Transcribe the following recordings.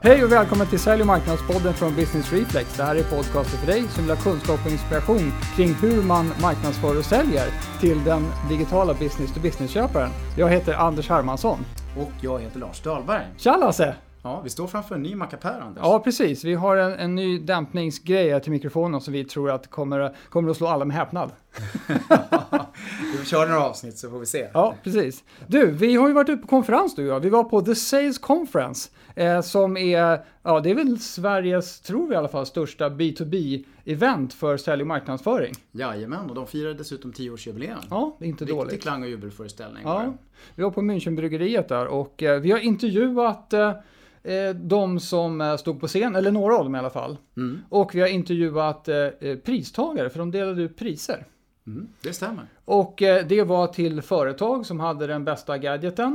Hej och välkommen till Sälj- och marknadspodden från Business Reflex. Det här är podcasten för dig som vill ha kunskap och inspiration kring hur man marknadsför och säljer till den digitala business-to-business-köparen. Jag heter Anders Hermansson. Och jag heter Lars Dahlberg. Tja Lasse! Ja, vi står framför en ny mackapär, Anders. Ja, precis. Vi har en ny dämpningsgrej till mikrofonen som vi tror att kommer att slå alla med häpnad. Vi kör några avsnitt så får vi se. Ja, precis. Du, vi har ju varit ute på konferens du och jag. Vi var på The Sales Conference som är, ja det är väl Sveriges, tror vi i alla fall, största B2B-event för sälj- och marknadsföring. Jajamän, och de firar dessutom 10-årsjubileum. Ja, det är inte dåligt. Riktig klang- och jubelföreställning. Ja, vi var på Münchenbryggeriet där och vi har intervjuat de som stod på scen, eller några av dem i alla fall. Och vi har intervjuat pristagare, för de delade ut priser. Det stämmer. Och det var till företag som hade den bästa gadgeten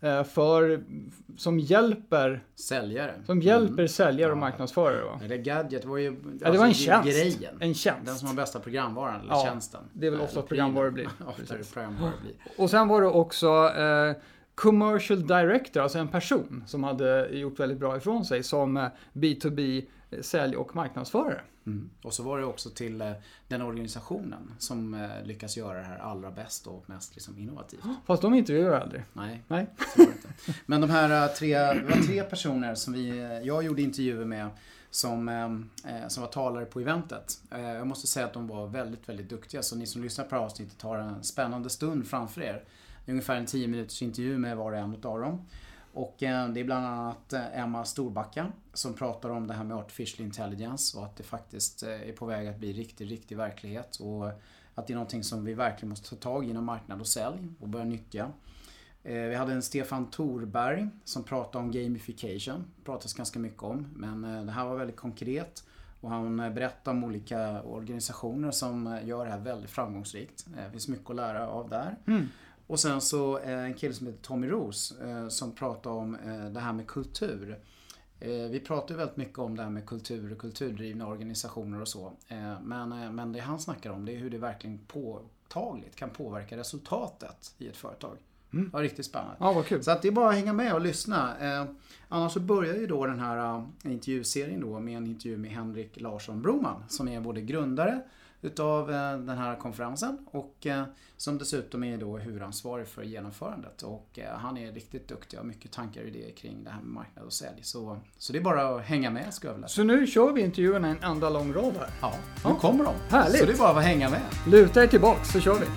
som hjälper säljare och marknadsförare. Va? Det gadget var ju det var en tjänst. Grejen. En tjänst. Den som har bästa programvaran eller tjänsten. Det är väl ofta programvaror blir. blir. Och sen var det också commercial director, alltså en person som hade gjort väldigt bra ifrån sig som B2B sälj- och marknadsförare. Och så var det också till den organisationen som lyckas göra det här allra bäst och mest liksom innovativt. Fast de intervjuar aldrig. Nej. Så var det inte. Men de här det var tre personer som jag gjorde intervjuer med som var talare på eventet. Jag måste säga att de var väldigt, väldigt duktiga. Så ni som lyssnar på avsnittet har en spännande stund framför er. Det är ungefär en 10 minuters intervju med var och en av dem. Och det är bland annat Emma Storbacka som pratar om det här med artificial intelligence och att det faktiskt är på väg att bli riktig verklighet och att det är någonting som vi verkligen måste ta tag i inom marknad och sälj och börja nyttja. Vi hade en Stefan Thorberg som pratade om gamification, pratas ganska mycket om, men det här var väldigt konkret och han berättade om olika organisationer som gör det här väldigt framgångsrikt. Det finns mycket att lära av där. Och sen så en kille som heter Tommy Roos som pratar om det här med kultur. Vi pratar ju väldigt mycket om det här med kultur och kulturdrivna organisationer och så. Men det han snackar om det är hur det verkligen påtagligt kan påverka resultatet i ett företag. Ja, riktigt spännande. Ja, vad kul. Så att det är bara att hänga med och lyssna. Annars så börjar ju då den här intervjuserien då med en intervju med Henrik Larsson Broman som är både grundare utav den här konferensen och som dessutom är då huvudansvarig för genomförandet och han är riktigt duktig och har mycket tankar och idéer kring det här med marknad och sälj. Så det är bara att hänga med, ska jag vilja. Så nu kör vi intervjuerna en enda lång rad här. Ja, nu kommer de. Härligt. Så det är bara att hänga med. Luta er tillbaks så kör vi.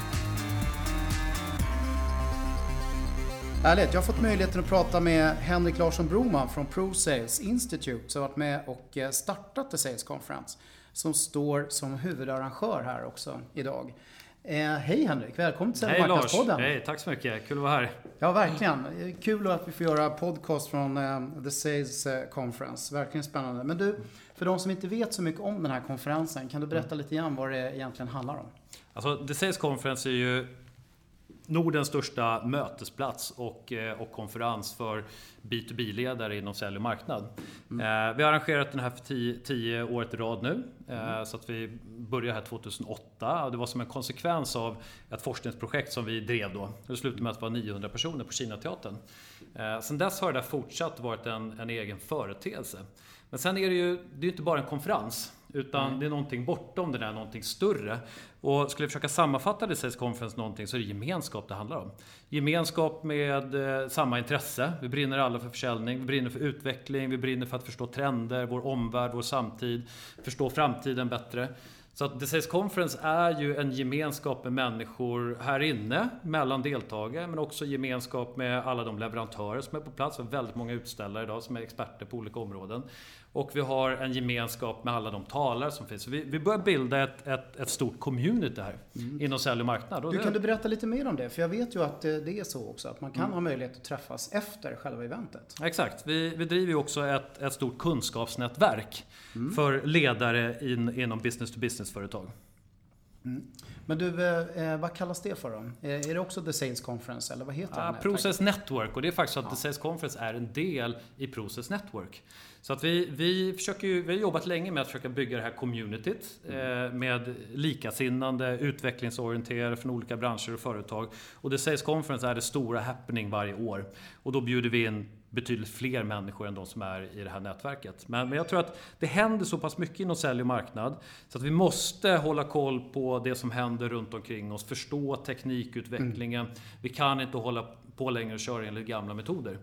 Härligt, jag har fått möjligheten att prata med Henrik Larsson Broman från ProSales Institute som har varit med och startat The Sales Conference som står som huvudarrangör här också idag. Hej Henrik, välkommen till Sälj- och marknadspodden. Hej, tack så mycket, kul att vara här. Ja, verkligen. Kul att vi får göra podcast från The Sales Conference, verkligen spännande. Men du, för de som inte vet så mycket om den här konferensen, kan du berätta lite grann vad det egentligen handlar om? Alltså, The Sales Conference är ju Nordens största mötesplats och konferens för B2B-ledare inom sälj och marknad. Vi har arrangerat den här för 10 år i rad nu. Så att vi började här 2008. Och det var som en konsekvens av ett forskningsprojekt som vi drev då. Det slutade med att det var 900 personer på Kinateatern. Sen dess har det där fortsatt varit en egen företeelse. Men sen är det är ju inte bara en konferens. Utan det är någonting bortom det där, någonting större. Och skulle jag försöka sammanfatta det Sales Conference någonting så är det gemenskap det handlar om. Gemenskap med samma intresse. Vi brinner alla för försäljning, vi brinner för utveckling, vi brinner för att förstå trender, vår omvärld, vår samtid, förstå framtiden bättre. Så att The Sales Conference är ju en gemenskap med människor här inne, mellan deltagare, men också gemenskap med alla de leverantörer som är på plats. Vi har väldigt många utställare idag som är experter på olika områden. Och vi har en gemenskap med alla de talare som finns. Så vi börjar bilda ett stort community här inom sälj och marknad. Kan du berätta lite mer om det? För jag vet ju att det är så också, att man kan ha möjlighet att träffas efter själva eventet. Exakt. Vi driver ju också ett stort kunskapsnätverk för ledare inom business-to-business-företag. Men du, vad kallas det för då? Är det också The Sales Conference eller vad heter det? Process Network, och det är faktiskt så att The Sales Conference är en del i Process Network. Så att vi har jobbat länge med att försöka bygga det här communityt med likasinnande, utvecklingsorienterade från olika branscher och företag. Och The Sales Conference är det stora happening varje år. Och då bjuder vi in betydligt fler människor än de som är i det här nätverket. Men jag tror att det händer så pass mycket inom sälj och marknad så att vi måste hålla koll på det som händer runt omkring oss, förstå teknikutvecklingen. Vi kan inte hålla på längre och köra enligt gamla metoder.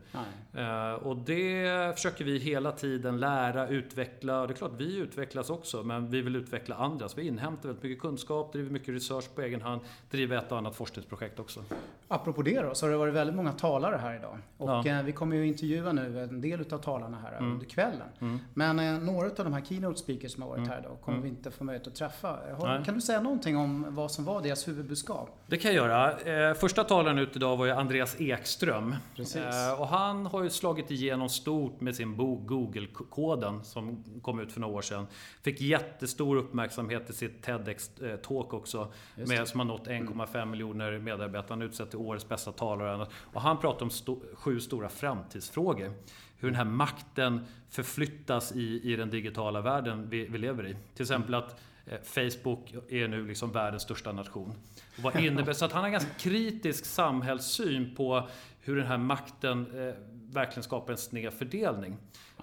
Och det försöker vi hela tiden lära, utveckla. Och det är klart, vi utvecklas också, men vi vill utveckla andra. Så vi inhämtar väldigt mycket kunskap, driver mycket research på egen hand, driver ett och annat forskningsprojekt också. Apropå det då, så har det varit väldigt många talare här idag. Och vi kommer ju intervjua nu en del av talarna här under kvällen. Men några av de här keynote speakers som har varit här idag kommer vi inte få möjlighet att träffa. Kan du säga någonting om vad som var deras huvudbudskap? Det kan jag göra. Första talaren ut idag var ju Andreas Ekström. Precis. Och han har ju slagit igenom stort med sin bok Google-koden som kom ut för några år sedan. Fick jättestor uppmärksamhet i sitt TEDx-talk också. Som har nått 1,5 miljoner medarbetare. Han utsett till årets bästa talare. Och han pratar om 7 stora framtidsfrågor. Hur den här makten förflyttas i den digitala världen vi lever i. Till exempel att Facebook är nu liksom världens största nation. Och vad innebär så att han har en ganska kritisk samhällssyn på hur den här makten verkligen skapar en sned fördelning.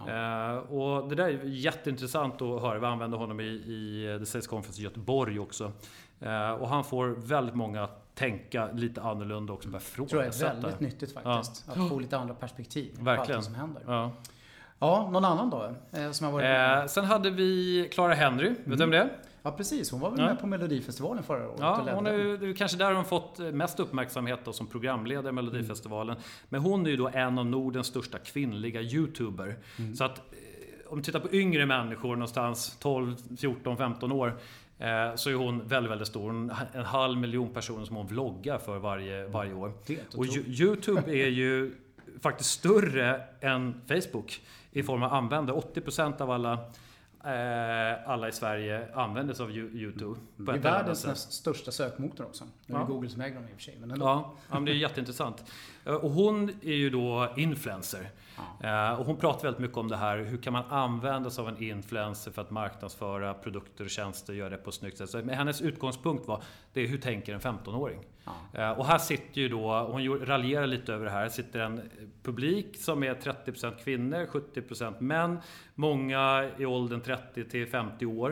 Och det där är jätteintressant att höra. Vi använder honom i The Sales Conference i Göteborg också. Och han får väldigt många att tänka lite annorlunda också. Jag tror det är väldigt nyttigt faktiskt. Att få lite andra perspektiv på allt som händer. Ja, någon annan då? Som har varit sen hade vi Clara Henry, vet du om det? Ja, precis. Hon var väl med på Melodifestivalen förra året. Ja, hon är kanske där hon fått mest uppmärksamhet då, som programledare i Melodifestivalen. Men hon är ju då en av Nordens största kvinnliga YouTuber. Så att om vi tittar på yngre människor någonstans 12, 14, 15 år så är hon väldigt, väldigt stor. 500 000 personer som hon vloggar för varje år. Och YouTube är ju faktiskt större än Facebook i form av användare. 80% av alla i Sverige använder sig av YouTube. Det är världens största sökmotor också. Det är Google som äger dem i och för sig. Men men det är jätteintressant. Och hon är ju då influencer. Och hon pratar väldigt mycket om det här. Hur kan man använda sig av en influencer för att marknadsföra produkter och tjänster och göra det på ett snyggt sätt. Men hennes utgångspunkt var, det är hur tänker en 15-åring? Och här sitter ju då, hon raljerar lite över det här, sitter en publik som är 30% kvinnor, 70% män, många i åldern 30 till 50 år.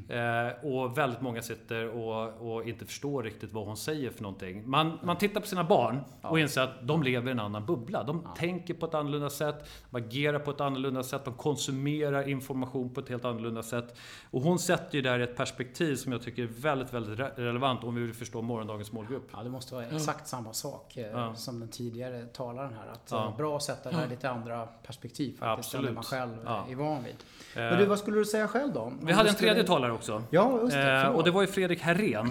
Och väldigt många sitter och inte förstår riktigt vad hon säger för någonting. Man tittar på sina barn och inser att de lever i en annan bubbla. De tänker på ett annorlunda sätt, de agerar på ett annorlunda sätt, de konsumerar information på ett helt annorlunda sätt. Och hon sätter ju där ett perspektiv som jag tycker är väldigt, väldigt relevant om vi vill förstå morgondagens målgrupp. Ja, det måste vara exakt samma sak som den tidigare talaren här. Att bra att sätta det här lite andra perspektiv faktiskt, än man själv är van vid. Men du, vad skulle du säga själv då? Vi hade en tredje talare också. Ja, just det. Och det var ju Fredrik Herrén.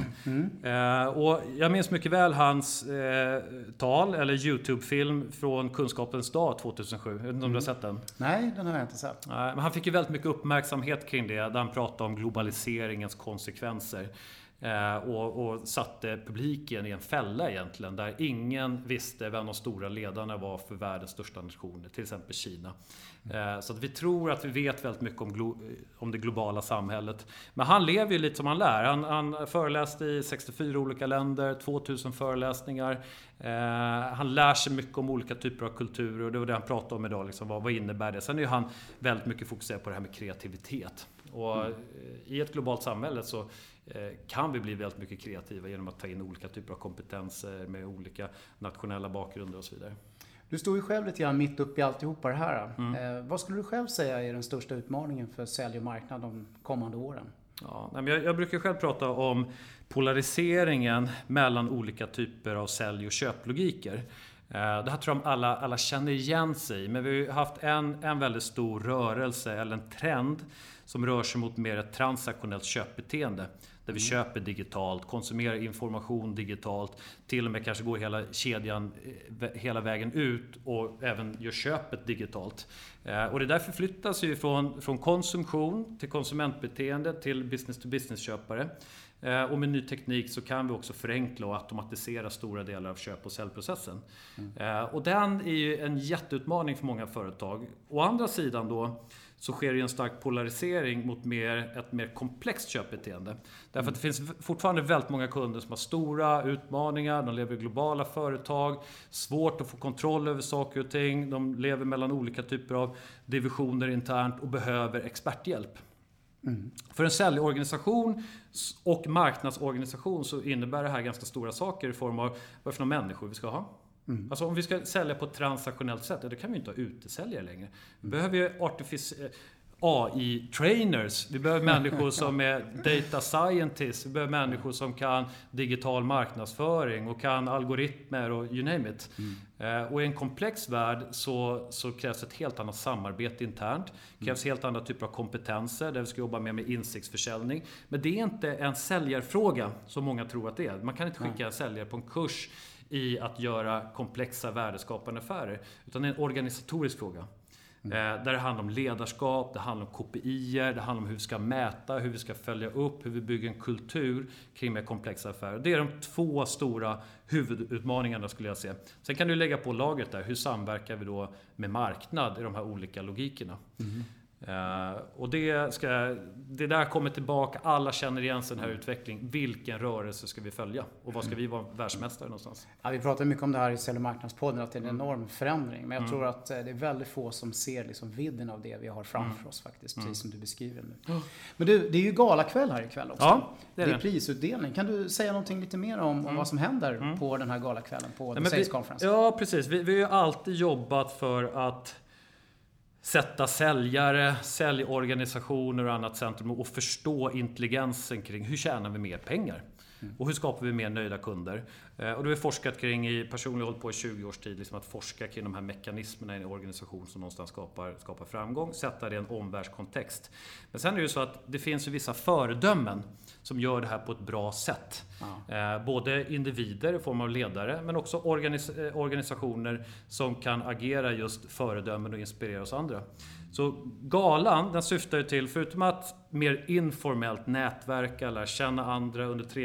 Och jag minns mycket väl hans tal, eller YouTube-film från Kunskapens dag 2007. Jag vet inte om du har sett den? Nej, den har jag inte sett. Men han fick ju väldigt mycket uppmärksamhet kring det, där han pratade om globaliseringens konsekvenser. Och satte publiken i en fälla egentligen, där ingen visste vem de stora ledarna var för världens största nationer, till exempel Kina. Så att vi tror att vi vet väldigt mycket om det globala samhället. Men han lever ju lite som han lär. Han föreläste i 64 olika länder, 2000 föreläsningar. Han lär sig mycket om olika typer av kulturer, och det var det han pratade om idag. Liksom, vad innebär det? Sen är ju han väldigt mycket fokuserad på det här med kreativitet. Och i ett globalt samhälle så kan vi bli väldigt mycket kreativa genom att ta in olika typer av kompetenser med olika nationella bakgrunder och så vidare. Du står ju själv lite grann mitt upp i alltihopa det här. Vad skulle du själv säga är den största utmaningen för sälj och marknad de kommande åren? Ja, men jag brukar själv prata om polariseringen mellan olika typer av sälj- och köplogiker. Det här tror jag alla känner igen sig, men vi har haft en väldigt stor rörelse eller en trend som rör sig mot mer ett transaktionellt köpbeteende. Där vi köper digitalt, konsumerar information digitalt, till och med kanske går hela kedjan hela vägen ut och även gör köpet digitalt. Och det där förflyttas ju från konsumtion till konsumentbeteende till business-to-business-köpare. Och med ny teknik så kan vi också förenkla och automatisera stora delar av köp- och säljprocessen. Och den är ju en jätteutmaning för många företag. Å andra sidan då så sker det en stark polarisering mot ett mer komplext köpbeteende. Därför att det finns fortfarande väldigt många kunder som har stora utmaningar, de lever i globala företag, svårt att få kontroll över saker och ting, de lever mellan olika typer av divisioner internt och behöver experthjälp. För en säljorganisation och marknadsorganisation så innebär det här ganska stora saker i form av vad för några människor vi ska ha. Alltså om vi ska sälja på ett transaktionellt sätt, då kan vi inte ha utesäljare längre. Vi behöver ju AI-trainers, vi behöver människor som är data scientists, vi behöver människor som kan digital marknadsföring och kan algoritmer och you name it. Och i en komplex värld så krävs ett helt annat samarbete internt, krävs helt andra typer av kompetenser där vi ska jobba med insiktsförsäljning. Men det är inte en säljarfråga som många tror att det är. Man kan inte skicka en säljare på en kurs i att göra komplexa värdeskapande affärer, utan det är en organisatorisk fråga. Där det handlar om ledarskap, det handlar om KPI:er, det handlar om hur vi ska mäta, hur vi ska följa upp, hur vi bygger en kultur kring mer komplexa affärer. Det är de 2 stora huvudutmaningarna skulle jag säga. Sen kan du lägga på lagret där, hur samverkar vi då med marknad i de här olika logikerna. Och det där kommer tillbaka, alla känner igen den här utvecklingen. Vilken rörelse ska vi följa? Och vad ska vi vara världsmästare någonstans? Ja, vi pratar mycket om det här i Sälj- och marknadspodden, att det är en enorm förändring. Men jag tror att det är väldigt få som ser liksom vidden av det vi har framför oss faktiskt, precis som du beskriver nu. Men du, det är ju galakväll här ikväll också. Ja, det är prisutdelning. Kan du säga någonting lite mer om vad som händer på den här galakvällen på The Sales Conference? Ja, precis. Vi har ju alltid jobbat för att sätta säljare, säljorganisationer och annat centrum och förstå intelligensen kring hur tjänar vi mer pengar och hur skapar vi mer nöjda kunder. Och det har vi forskat kring personligen hållit på i 20 års tid, liksom att forska kring de här mekanismerna i en organisation som någonstans skapar framgång, sätta det i en omvärldskontext. Men sen är det ju så att det finns ju vissa föredömen som gör det här på ett bra sätt. Både individer i form av ledare, men också organisationer som kan agera just föredömen och inspirera oss andra. Så galan, den syftar ju till, förutom att mer informellt nätverka, lära känna andra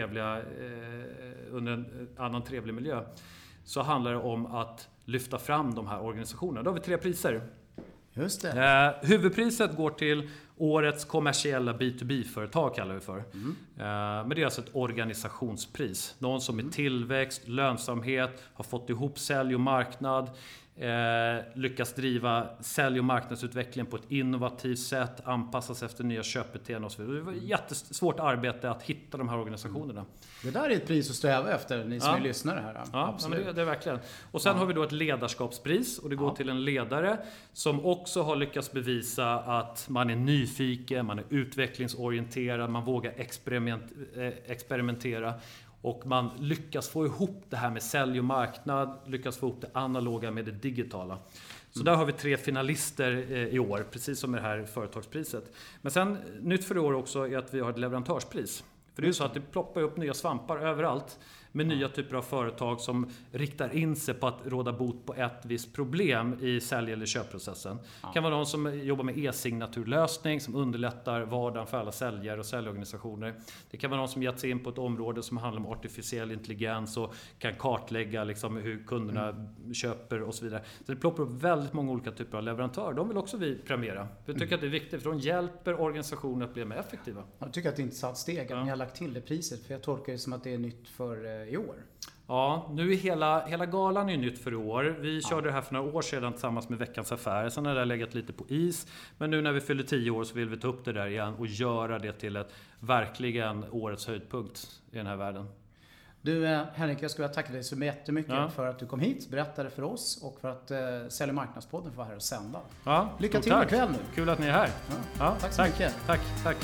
under en annan trevlig miljö, så handlar det om att lyfta fram de här organisationerna. Då har vi 3 priser. Just det. Huvudpriset går till årets kommersiella B2B-företag, kallar vi för. Men det är alltså ett organisationspris. Någon som i tillväxt, lönsamhet, har fått ihop sälj och marknad, lyckas driva sälj- och marknadsutvecklingen på ett innovativt sätt, anpassas efter nya köpbeteenden och så vidare. Det var ett jättesvårt arbete att hitta de här organisationerna. Det där är ett pris att sträva efter, ni som är lyssnare här. Ja, men det är verkligen. Och sen har vi då ett ledarskapspris, och det går till en ledare som också har lyckats bevisa att man är nyfiken, man är utvecklingsorienterad, man vågar experimentera. Och man lyckas få ihop det här med sälj och marknad, lyckas få ihop det analoga med det digitala. Så där har vi 3 finalister i år, precis som med det här företagspriset. Men sen, nytt för i år också är att vi har ett leverantörspris. För det är ju så att det ploppar upp nya svampar överallt med nya typer av företag som riktar in sig på att råda bot på ett visst problem i sälj- eller köpprocessen. Det kan vara någon som jobbar med e-signaturlösning som underlättar vardagen för alla säljare och säljorganisationer. Det kan vara någon som gett sig in på ett område som handlar om artificiell intelligens och kan kartlägga liksom hur kunderna köper och så vidare. Så det ploppar upp väldigt många olika typer av leverantörer. De vill också vi premiera. Vi tycker att det är viktigt, för de hjälper organisationer att bli mer effektiva. Jag tycker att det är ett intressant steg att ni har lagt till det priset, för jag tolkar det som att det är nytt för i år. Ja, nu är hela galan är nytt för i år. Vi körde det här för några år sedan tillsammans med Veckans Affärer. Sen har det legat lite på is. Men nu när vi fyller 10 år så vill vi ta upp det där igen och göra det till ett verkligen årets höjdpunkt i den här världen. Du Henrik, jag skulle vilja tacka dig så jättemycket för att du kom hit, berättade för oss och för att Sälj- och marknadspodden får vara här och sända. Ja, lycka till ikväll nu. Kul att ni är här. Ja, tack så mycket. Tack.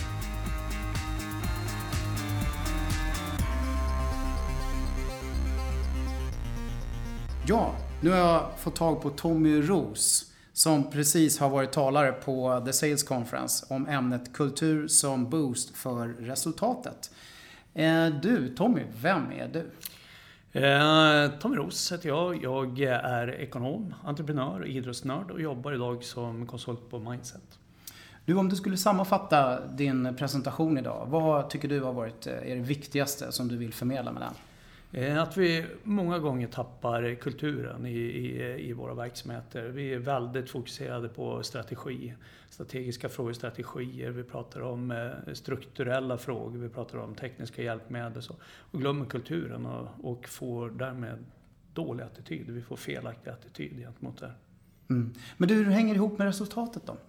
Ja, nu har jag fått tag på Tommy Roos som precis har varit talare på The Sales Conference om ämnet kultur som boost för resultatet. Du, Tommy, vem är du? Tommy Roos heter jag. Jag är ekonom, entreprenör och idrottsnörd och jobbar idag som konsult på Mindset. Du, om du skulle sammanfatta din presentation idag, vad tycker du har varit det viktigaste som du vill förmedla med den? Att vi många gånger tappar kulturen i våra verksamheter. Vi är väldigt fokuserade på strategi, strategiska frågor, strategier. Vi pratar om strukturella frågor, vi pratar om tekniska hjälpmedel och glömmer kulturen och får därmed dålig attityd. Vi får felaktig attityd gentemot det. Mm. Men hur hänger det ihop med resultatet då?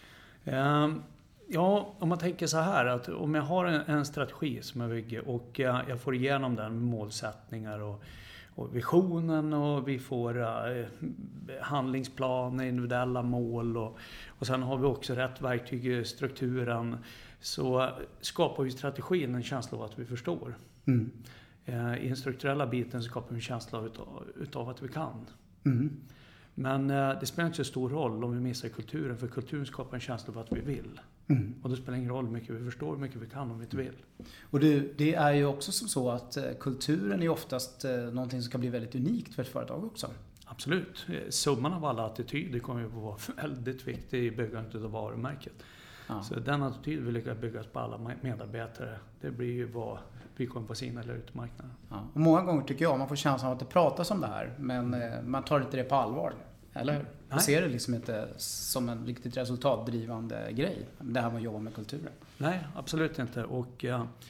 Ja, om man tänker så här att om jag har en strategi som jag bygger och jag får igenom den med målsättningar och visionen och vi får handlingsplaner, individuella mål och sen har vi också rätt verktyg i strukturen, så skapar vi strategin en känsla av att vi förstår. Mm. I den strukturella biten skapar vi en känsla utav att vi kan. Mm. Men det spelar inte så stor roll om vi missar kulturen, för kulturen skapar en känsla av att vi vill. Mm. Och det spelar ingen roll hur mycket vi förstår, hur mycket vi kan om vi inte vill. Och det är ju också som så att kulturen är oftast någonting som kan bli väldigt unikt för ett företag också. Absolut. Summan av alla attityder kommer ju att vara väldigt viktig i byggandet av varumärket. Ja. Så den attityd vi lyckas byggas på alla medarbetare, det blir ju vad vi kommer på sin eller ut marknaden. Ja. Och många gånger tycker jag man får känslan av att det pratas om det här, men man tar inte det på allvar. Eller hur? Man ser det liksom inte som en riktigt resultatdrivande grej, det här med att jobba med kulturen. Nej, absolut inte. Och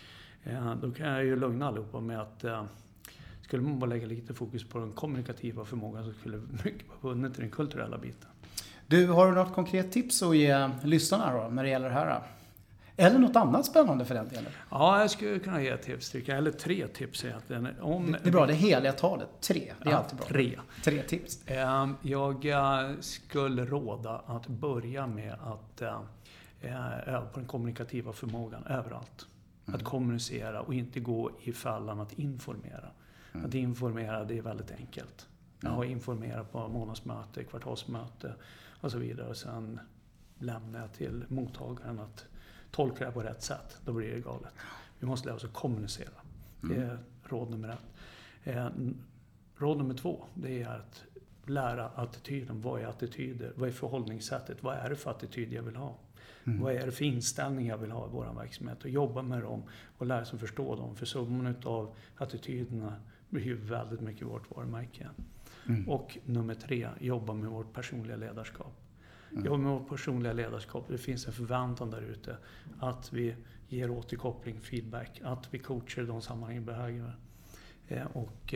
då kan jag ju lugna allihopa med att skulle man bara lägga lite fokus på den kommunikativa förmågan så skulle mycket vara vunnet i den kulturella biten. Du, har du något konkret tips att ge lyssnarna då, när det gäller det här? Eller något annat spännande för den delen? Ja, jag skulle kunna ge tips, eller 3 tips egentligen. Det är bra, det heliga talet. 3, det är alltid bra. 3 tips. Jag skulle råda att börja med att öva på den kommunikativa förmågan överallt. Att kommunicera och inte gå i fällan att informera. Att informera, det är väldigt enkelt. Jag har informerat på månadsmöte, kvartalsmöte och så vidare. Och sen lämnar jag till mottagaren att tolka det på rätt sätt. Då blir det galet. Vi måste lära oss att kommunicera. Det är råd nummer 1. Råd nummer 2, det är att lära attityden. Vad är attityder? Vad är förhållningssättet? Vad är det för attityd jag vill ha? Vad är det för inställning jag vill ha i vår verksamhet? Och jobba med dem och lära sig förstå dem. För summan av attityderna blir ju väldigt mycket vårt varumärke. Och nummer 3, jobba med vårt personliga ledarskap. Jobba med vårt personliga ledarskap. Det finns en förväntan där ute att vi ger återkoppling, feedback, att vi coachar de sammanhang vi behöver. Och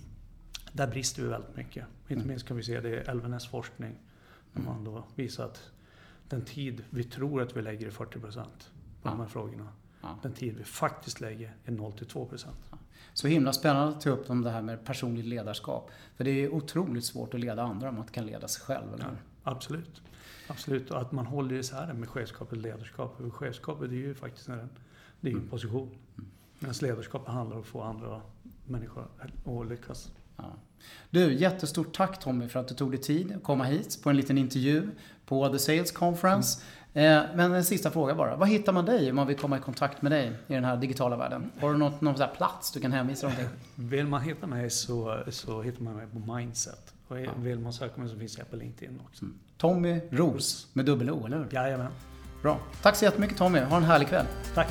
där brister vi väldigt mycket. Inte minst kan vi se det i LVNS forskning. När man då visar att den tid vi tror att vi lägger är 40% på de här frågorna. Den tid vi faktiskt lägger är 0-2%. Så himla spännande att ta upp om det här med personligt ledarskap. För det är otroligt svårt att leda andra om man kan leda sig själv. Eller? Ja, absolut. Och att man håller isär med chefskap och ledarskap. Och chefskapet är ju faktiskt det är en position. Medan ledarskapet handlar om att få andra människor att lyckas. Ja. Du, jättestort tack Tommy för att du tog dig tid att komma hit på en liten intervju på The Sales Conference. Men en sista fråga bara. Vad hittar man dig om man vill komma i kontakt med dig i den här digitala världen? Har du någon sån här plats du kan hänvisa dem till? Vill man hitta mig så hittar man mig på Mindset. Och vill man söka mig så finns jag på LinkedIn också. Tommy Roos med dubbel O, eller hur? Jajamän. Bra. Tack så jättemycket Tommy. Ha en härlig kväll. Tack.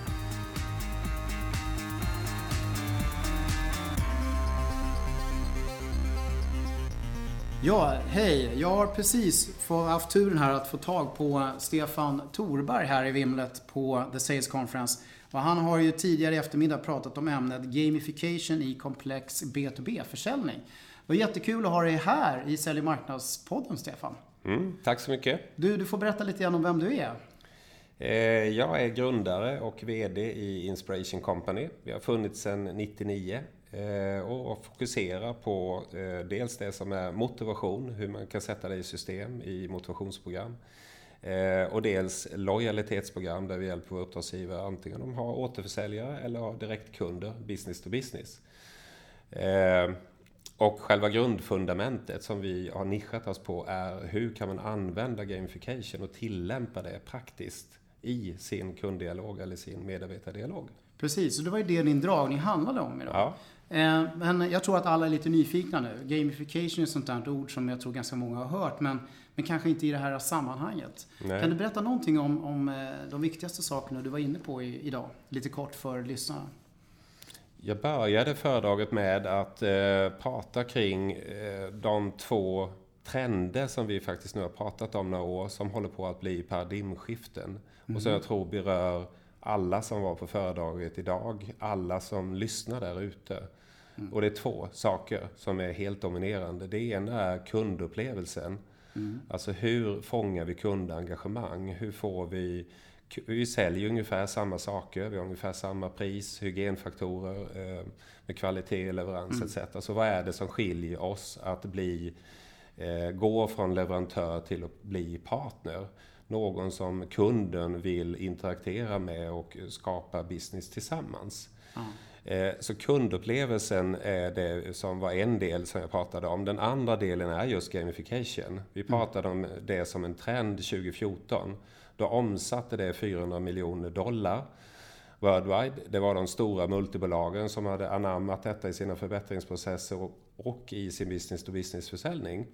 Ja, hej. Jag har precis haft turen här att få tag på Stefan Thorberg här i vimlet på The Sales Conference. Och han har ju tidigare i eftermiddag pratat om ämnet gamification i komplex B2B-försäljning. Det var jättekul att ha dig här i Sälj och marknadspodden, Stefan. Tack så mycket. Du får berätta lite grann om vem du är. Jag är grundare och vd i Inspiration Company. Vi har funnits sedan 1999 och fokuserar på dels det som är motivation, hur man kan sätta det i system i motivationsprogram. Och dels lojalitetsprogram där vi hjälper våra uppdragsgivare antingen de har återförsäljare eller har direktkunder, business to business. Och själva grundfundamentet som vi har nischat oss på är hur kan man använda gamification och tillämpa det praktiskt i sin kunddialog eller sin medarbetardialog. Precis, och det var ju det din dragning handlade om idag. Ja. Men jag tror att alla är lite nyfikna nu. Gamification är ett sånt där ord som jag tror ganska många har hört, men kanske inte i det här sammanhanget. Nej. Kan du berätta någonting om de viktigaste sakerna du var inne på idag? Lite kort för lyssnarna. Jag började föredraget med att prata kring de 2 trender som vi faktiskt nu har pratat om några år som håller på att bli paradigmskiften. Och som jag tror berör alla som var på föredraget idag, alla som lyssnar där ute. Och det är 2 saker som är helt dominerande. Det ena är kundupplevelsen. Alltså hur fångar vi kundengagemang? Hur får vi säljer ungefär samma saker, vi har ungefär samma pris, hygienfaktorer med kvalitet, leverans etc. Så vad är det som skiljer oss att gå från leverantör till att bli partner? Någon som kunden vill interagera med och skapa business tillsammans. Så kundupplevelsen är det som var en del som jag pratade om. Den andra delen är just gamification. Vi pratade om det som en trend 2014. Då omsatte det $400 miljoner worldwide. Det var de stora multibolagen som hade anammat detta i sina förbättringsprocesser och i sin business-to-business-försäljning.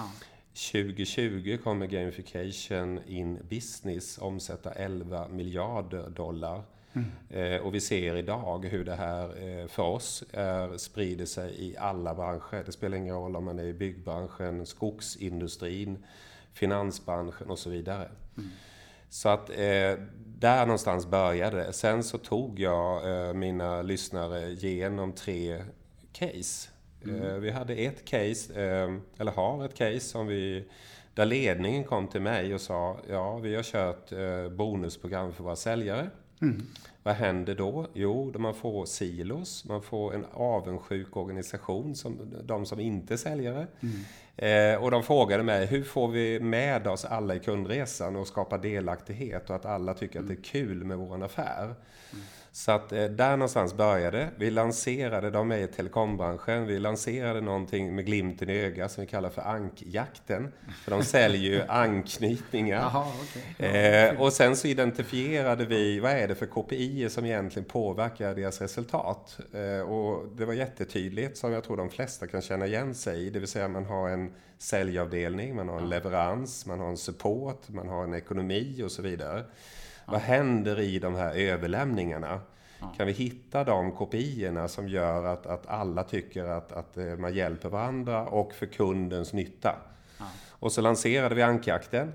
2020 kommer gamification in business omsätta $11 miljarder. Och vi ser idag hur det här för oss sprider sig i alla branscher. Det spelar ingen roll om man är i byggbranschen, skogsindustrin, finansbranschen och så vidare. Så att där någonstans började det. Sen så tog jag mina lyssnare genom 3 case. Vi hade ett case, eller har ett case där ledningen kom till mig och sa, ja, vi har kört bonusprogram för våra säljare. Vad händer då? Jo, man får silos, man får en avundsjuk organisation, de som inte är säljare. Och de frågade mig, hur får vi med oss alla i kundresan och skapa delaktighet och att alla tycker att det är kul med vår affär? Så att där någonstans började. Vi lanserade, de är i telekombranschen, vi lanserade någonting med glimten i ögat som vi kallar för ankjakten. För de säljer ju anknytningar. Aha, okay. Och sen så identifierade vi, vad är det för KPI som egentligen påverkar deras resultat? Och det var jättetydligt som jag tror de flesta kan känna igen sig i. Det vill säga man har en säljavdelning, man har en leverans, man har en support, man har en ekonomi och så vidare. Vad händer i de här överlämningarna? Kan vi hitta de kopiorna som gör att alla tycker att man hjälper varandra och för kundens nytta? Och så lanserade vi ankjakten.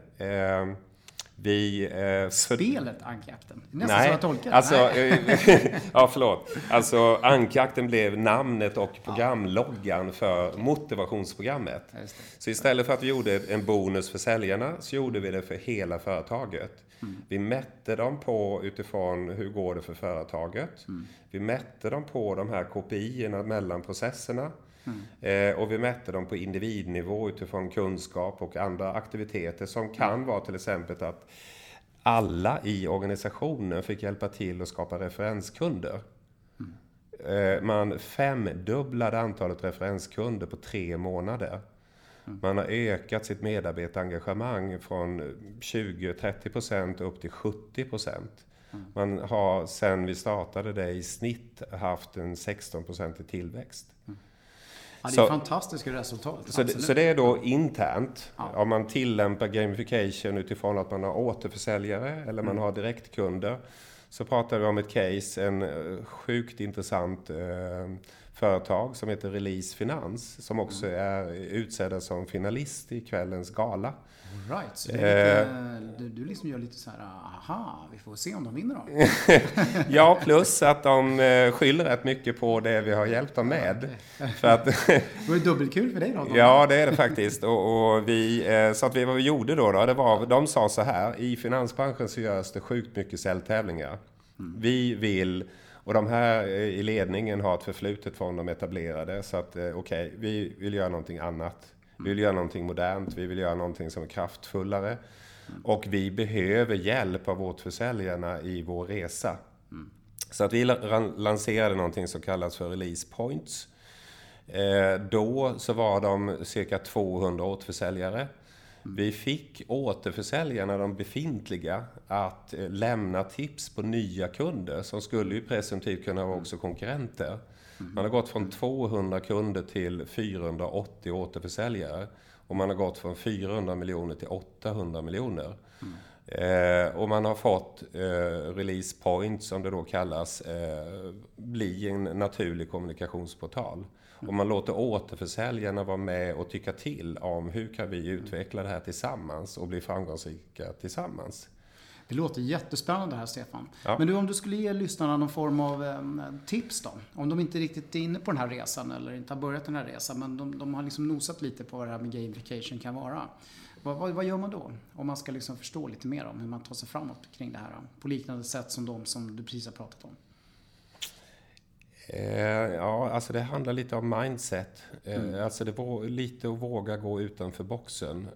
Spelet ankjakten? Nästan Nej, så jag tolkar. Alltså, ja, förlåt. Alltså ankjakten blev namnet och programloggan för motivationsprogrammet. Så istället för att vi gjorde en bonus för säljarna så gjorde vi det för hela företaget. Vi mätte dem utifrån hur går det för företaget. Vi mätte dem på de här KPI:erna mellan processerna. Och vi mätte dem på individnivå utifrån kunskap och andra aktiviteter som kan vara till exempel att alla i organisationen fick hjälpa till att skapa referenskunder. Man 5-dubblade antalet referenskunder på 3 månader. Man har ökat sitt medarbetarengagemang från 20-30% upp till 70%. Man har sen vi startade det i snitt haft en 16% i tillväxt. Ja, det är fantastiska resultat. Så det är då internt. Om man tillämpar gamification utifrån att man har återförsäljare eller man har direktkunder. Så pratar vi om ett case, en sjukt intressant företag som heter Release Finans. Som också är utsedda som finalist i kvällens gala. All right, så det är du liksom gör lite så här, aha, vi får se om de vinner då. Ja, plus att de skyller rätt mycket på det vi har hjälpt dem med. För att, det var dubbelkul för dig då? Ja, det är det faktiskt. Och vad vi gjorde då, det var, de sa så här, i finansbranschen så görs det sjukt mycket säljtävlingar. Vi vill, och de här i ledningen har ett förflutet från de etablerade, så att vi vill göra någonting annat. Vi vill göra någonting modernt, vi vill göra någonting som är kraftfullare. Och vi behöver hjälp av återförsäljarna i vår resa. Så att vi lanserade någonting som kallas för Release Points. Då så var de cirka 200 återförsäljare. Vi fick återförsäljarna, de befintliga, att lämna tips på nya kunder som skulle ju presumtivt kunna vara också konkurrenter. Man har gått från 200 kunder till 480 återförsäljare. Och man har gått från 400 miljoner till 800 miljoner. Och man har fått release point, som det då kallas, bli en naturlig kommunikationsportal. Och man låter återförsäljarna vara med och tycka till om hur kan vi utveckla det här tillsammans och bli framgångsrika tillsammans. Det låter jättespännande här, Stefan. Ja. Men du, om du skulle ge lyssnarna någon form av tips då? Om de inte riktigt är inne på den här resan eller inte har börjat den här resan, men de har liksom nosat lite på vad det här med gamification kan vara. Vad gör man då? Om man ska liksom förstå lite mer om hur man tar sig framåt kring det här på liknande sätt som de som du precis har pratat om. Ja, alltså det handlar lite om mindset. Alltså det var lite att våga gå utanför boxen.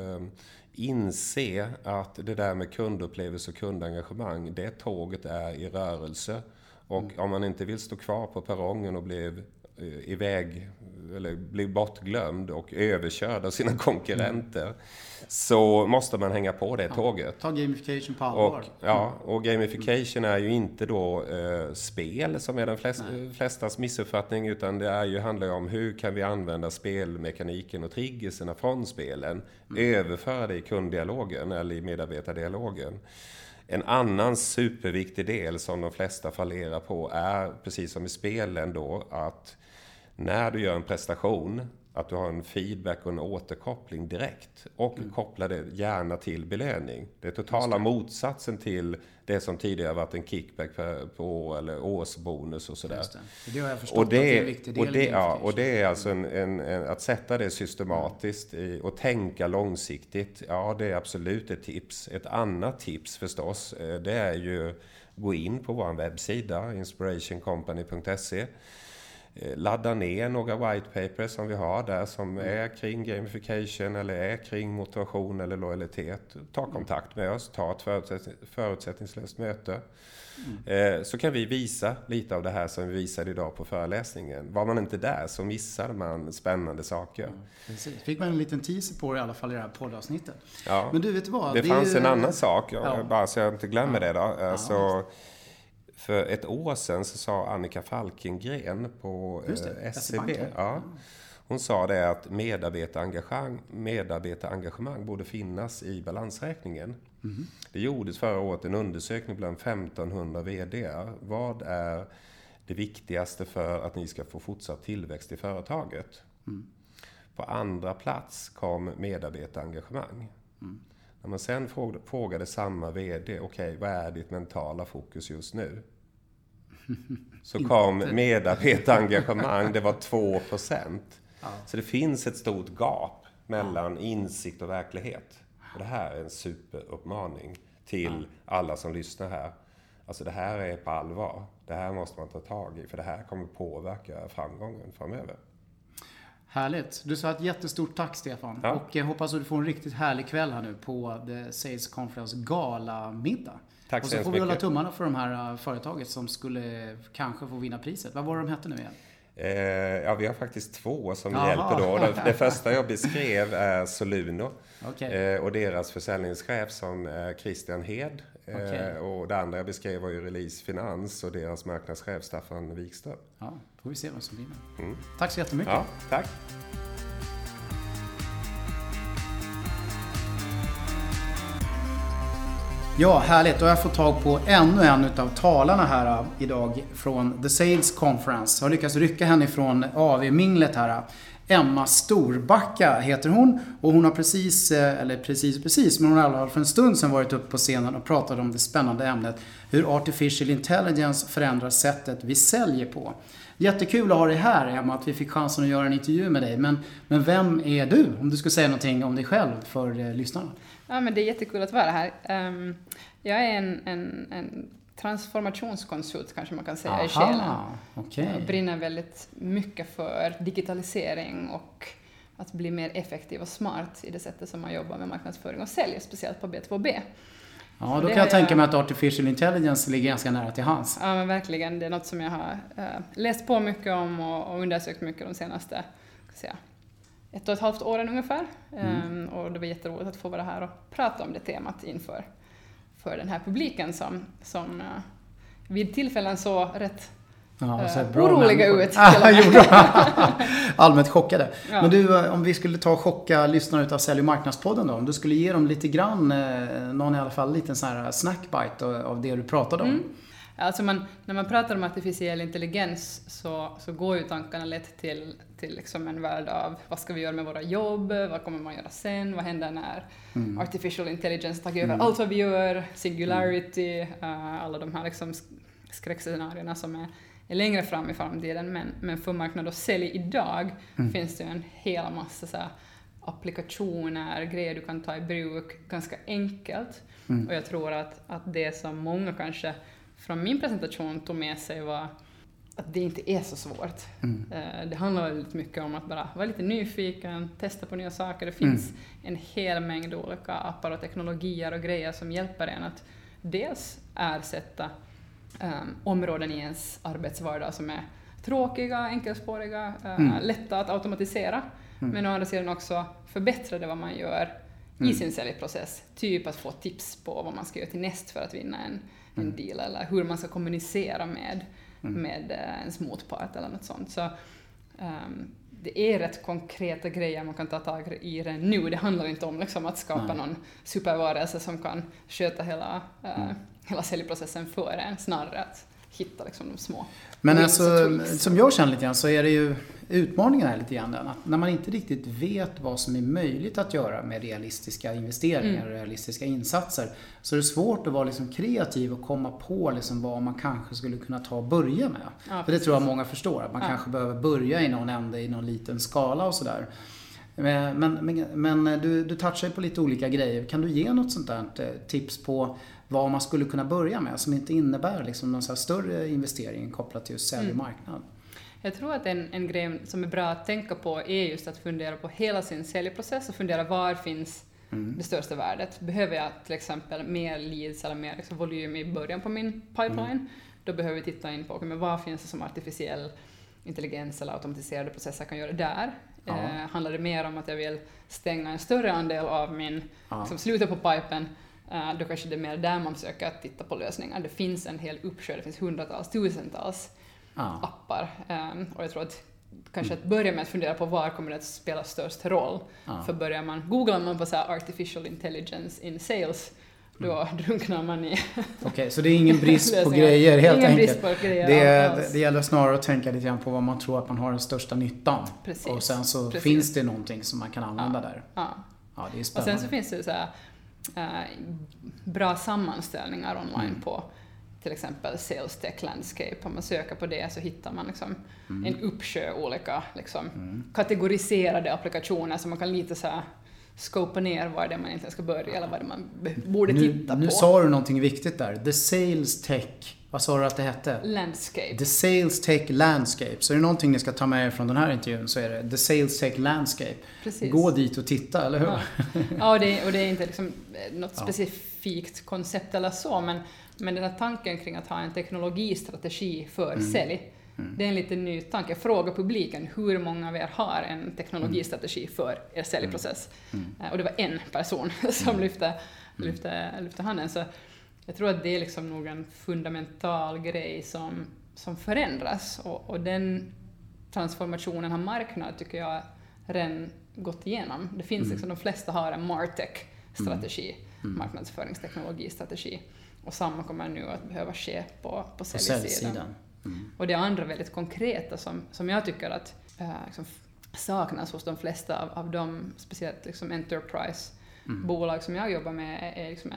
Inse att det där med kundupplevelse och kundengagemang, det tåget är i rörelse. Och om man inte vill stå kvar på perrongen och bli iväg eller bli bortglömd och överkörd av sina konkurrenter, så måste man hänga på det tåget. Ta gamification på allvar. Och gamification är ju inte då spel som är den flestas missuppfattning, utan det är ju, handlar ju om hur kan vi använda spelmekaniken och triggerserna från spelen, överföra det i kunddialogen eller i medarbetardialogen. En annan superviktig del som de flesta fallerar på är, precis som i spelen då, att när du gör en prestation, att du har en feedback och en återkoppling direkt och koppla det gärna till belöning. Det är totala motsatsen till det som tidigare varit en kickback på eller årsbonus och sådär. Det har jag förstått att det är en viktig del. Och det är alltså att sätta det systematiskt och tänka långsiktigt. Ja, det är absolut ett tips. Ett annat tips förstås, det är ju gå in på vår webbsida inspirationcompany.se. Ladda ner några white papers som vi har där som är kring gamification eller är kring motivation eller lojalitet. Ta kontakt med oss, ta ett förutsättningslöst möte. Så kan vi visa lite av det här som vi visade idag på föreläsningen. Var man inte där så missar man spännande saker. Precis. Fick man en liten teaser på det i alla fall i det här poddavsnittet. Ja. Men du, vet vad? Det fanns en annan sak, bara så jag inte glömmer det då. Alltså, för ett år sedan så sa Annika Falkengren på SCB. Hon sa det att medarbetarengagemang borde finnas i balansräkningen. Det gjordes förra året en undersökning bland 1500 vd:ar. Vad är det viktigaste för att ni ska få fortsatt tillväxt i företaget? På andra plats kom medarbetarengagemang. När man sen frågade samma vd, okej, vad är ditt mentala fokus just nu? Så kom medarbetarengagemang, det var 2%. Så det finns ett stort gap mellan insikt och verklighet. Och det här är en superuppmaning till alla som lyssnar här. Alltså det här är på allvar. Det här måste man ta tag i, för det här kommer påverka framgången framöver. Härligt. Du sa ett jättestort tack, Stefan. Och jag hoppas att du får en riktigt härlig kväll här nu på The Sales Conference Gala-middag. Tack och så så får vi mycket. hålla tummarna för de här företaget som skulle kanske få vinna priset. Vad var de hette nu igen? Vi har faktiskt 2 som hjälper då. Det första jag beskrev är Soluno. Och deras försäljningschef som är Christian Hed. Och det andra jag beskrev var ju Release Finans och deras marknadschef Staffan Wikström. Ja, får vi se vad som vinner. Tack så jättemycket. Ja, tack. Ja, härligt. Då har jag fått tag på ännu en utav talarna här idag från The Sales Conference. Jag har lyckats rycka henne från AV-minglet här. Emma Storbacka heter hon och hon har precis, men hon har i alla fall för en stund sedan varit uppe på scenen och pratat om det spännande ämnet hur Artificial Intelligence förändrar sättet vi säljer på. Jättekul att ha dig här, Emma, att vi fick chansen att göra en intervju med dig. Men vem är du? Om du skulle säga någonting om dig själv för lyssnarna. Ja, men det är jättekul att vara här. Jag är en transformationskonsult, kanske man kan säga, i själen. Okay. Jag brinner väldigt mycket för digitalisering och att bli mer effektiv och smart i det sättet som man jobbar med marknadsföring och säljer, speciellt på B2B. Ja, då kan jag tänka mig att Artificial Intelligence ligger ganska nära till hands. Ja, men verkligen. Det är något som jag har läst på mycket om och undersökt mycket de senaste 1,5 åren ungefär. Och det var jätteroligt att få vara här och prata om det temat inför den här publiken som vid tillfällen så rätt oroliga ut. Allmänt chockade. Ja. Men du, om vi skulle ta och chocka lyssnare utav Sälj- och marknadspodden då. Om du skulle ge dem lite grann, någon i alla fall liten sån här snackbite av det du pratade om. Alltså när man pratar om artificiell intelligens så går ju tankarna lätt till liksom en värld av vad ska vi göra med våra jobb, vad kommer man göra sen, vad händer när artificial intelligence tar över allt vad vi gör, singularity, alla de här liksom skräckscenarierna som är längre fram i framtiden. Men för marknad och sälj idag finns det ju en hel massa så här applikationer, grejer du kan ta i bruk ganska enkelt. Och jag tror att det som många kanske från min presentation tog med sig var att det inte är så svårt. Det handlar väldigt mycket om att bara vara lite nyfiken, testa på nya saker. Det finns en hel mängd olika appar och teknologier och grejer som hjälper en att dels ersätta områden i ens arbetsvardag som är tråkiga, enkelspåriga, lätta att automatisera. Men å andra sidan också förbättra det vad man gör i sin säljprocess. Typ att få tips på vad man ska göra till näst för att vinna en deal eller hur man ska kommunicera med ens motpart eller något sånt. Så det är rätt konkreta grejer man kan ta tag i redan nu. Det handlar inte om liksom att skapa någon supervarelse som kan sköta hela säljprocessen för en, snarare att hitta liksom de små. Men alltså, som jag känner lite grann så är det ju utmaningen här lite grann att när man inte riktigt vet vad som är möjligt att göra med realistiska investeringar och realistiska insatser, så är det svårt att vara liksom kreativ och komma på liksom vad man kanske skulle kunna ta och börja med. Ja, för det tror jag många förstår, att man kanske behöver börja i någon ände, i någon liten skala och sådär. Men du touchar ju på lite olika grejer. Kan du ge något sånt där tips på vad man skulle kunna börja med som inte innebär liksom någon så här större investering kopplat till just sälj och marknad? Jag tror att en grej som är bra att tänka på är just att fundera på hela sin säljprocess och fundera var finns det största värdet. Behöver jag till exempel mer leads eller mer liksom volym i början på min pipeline, då behöver vi titta in på men vad finns det som artificiell intelligens eller automatiserade processer kan göra där. Handlar det mer om att jag vill stänga en större andel av min som slutar på pipen, då kanske det är mer där man försöker titta på lösningar. Det finns en hel uppsjö, det finns hundratals, tusentals appar. Och jag tror att kanske att börja med att fundera på var kommer det att spela störst roll. För googlar man på så här artificial intelligence in sales, då drunknar man i... Okej, så det är ingen brist på grejer helt ingen enkelt. Brist på grejer det gäller snarare att tänka lite grann på vad man tror att man har den största nyttan. Precis. Och sen så finns det någonting som man kan använda där. Ja, det är spännande. Och sen så finns det så här bra sammanställningar online på till exempel Sales Tech Landscape. Om man söker på det så hittar man liksom en uppsjö olika liksom kategoriserade applikationer som man kan lite så här skopa ner var det man egentligen ska börja eller vad det man borde titta på. Nu sa du någonting viktigt där. The Sales Tech, vad sa du att det hette? Landscape. The Sales Tech Landscape. Så är det någonting ni ska ta med er från den här intervjun så är det The Sales Tech Landscape. Precis. Gå dit och titta, eller hur? Ja, och det är inte liksom något specifikt koncept eller så, men den här tanken kring att ha en teknologistrategi för sälj, det är en lite ny tanke. Fråga publiken hur många av er har en teknologistrategi för er säljprocess. Och det var en person som lyfte handen. Så jag tror att det är liksom nog en fundamental grej som förändras. Och den transformationen har marknad, tycker jag, redan gått igenom. Det finns liksom, de flesta har en MarTech-strategi, marknadsföringsteknologistrategi. Och samma kommer nu att behöva ske på säljsidan. Och det andra väldigt konkreta som jag tycker att liksom saknas hos de flesta av de, speciellt liksom enterprise-bolag som jag jobbar med, är liksom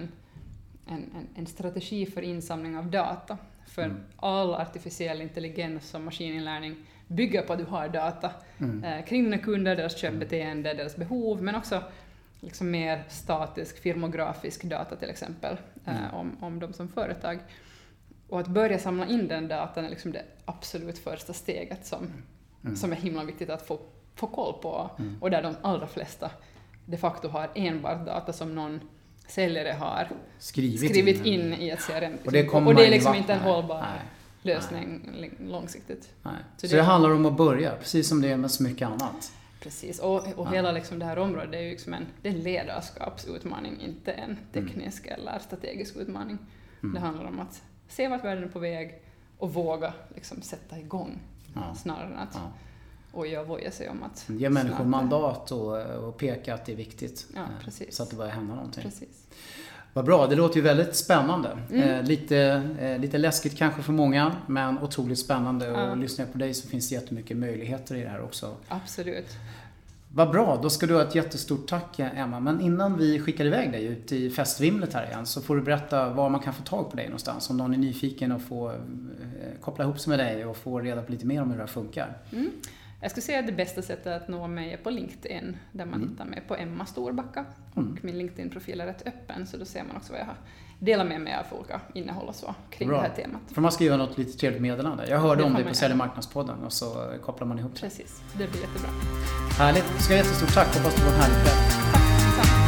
en strategi för insamling av data. För all artificiell intelligens och maskininlärning bygger på att du har data kring dina kunder, deras köpbeteende, deras behov, men också liksom mer statisk, firmografisk data till exempel om dem som företag. Och att börja samla in den datan är liksom det absolut första steget som är himla viktigt att få koll på. Och där de allra flesta de facto har enbart data som någon säljare har skrivit in i ett CRM. Och det är liksom inte en hållbar lösning långsiktigt. Nej. Så det handlar om att börja, precis som det är med så mycket annat. Precis, och hela liksom det här området är ju liksom en ledarskapsutmaning, inte en teknisk eller strategisk utmaning. Det handlar om att se vart världen är på väg, och våga liksom sätta igång snarare än att och jag vojar sig om att ge människor mandat och peka att det är viktigt. Ja, precis. Så att det börjar hända någonting. Precis. Vad bra, det låter ju väldigt spännande. Lite läskigt kanske för många, men otroligt spännande. Och lyssnar jag på dig så finns det jättemycket möjligheter i det här också. Absolut. Vad bra, då ska du ha ett jättestort tack, Emma. Men innan vi skickar iväg dig ut i festvimlet här igen så får du berätta var man kan få tag på dig någonstans. Om någon är nyfiken och får koppla ihop sig med dig och få reda på lite mer om hur det här funkar. Jag skulle säga att det bästa sättet att nå mig är på LinkedIn, där man hittar mig på Emma Storbacka. Och min LinkedIn-profil är rätt öppen, så då ser man också vad jag har delat med mig av olika innehåll och så kring det här temat. Får man skriva något lite trevligt meddelande? Jag hörde om det på Sälj och marknadspodden och så kopplar man ihop det. Precis, det blir jättebra. Härligt, du ska ha jättestort tack, hoppas det var en härlig kväll. Tack.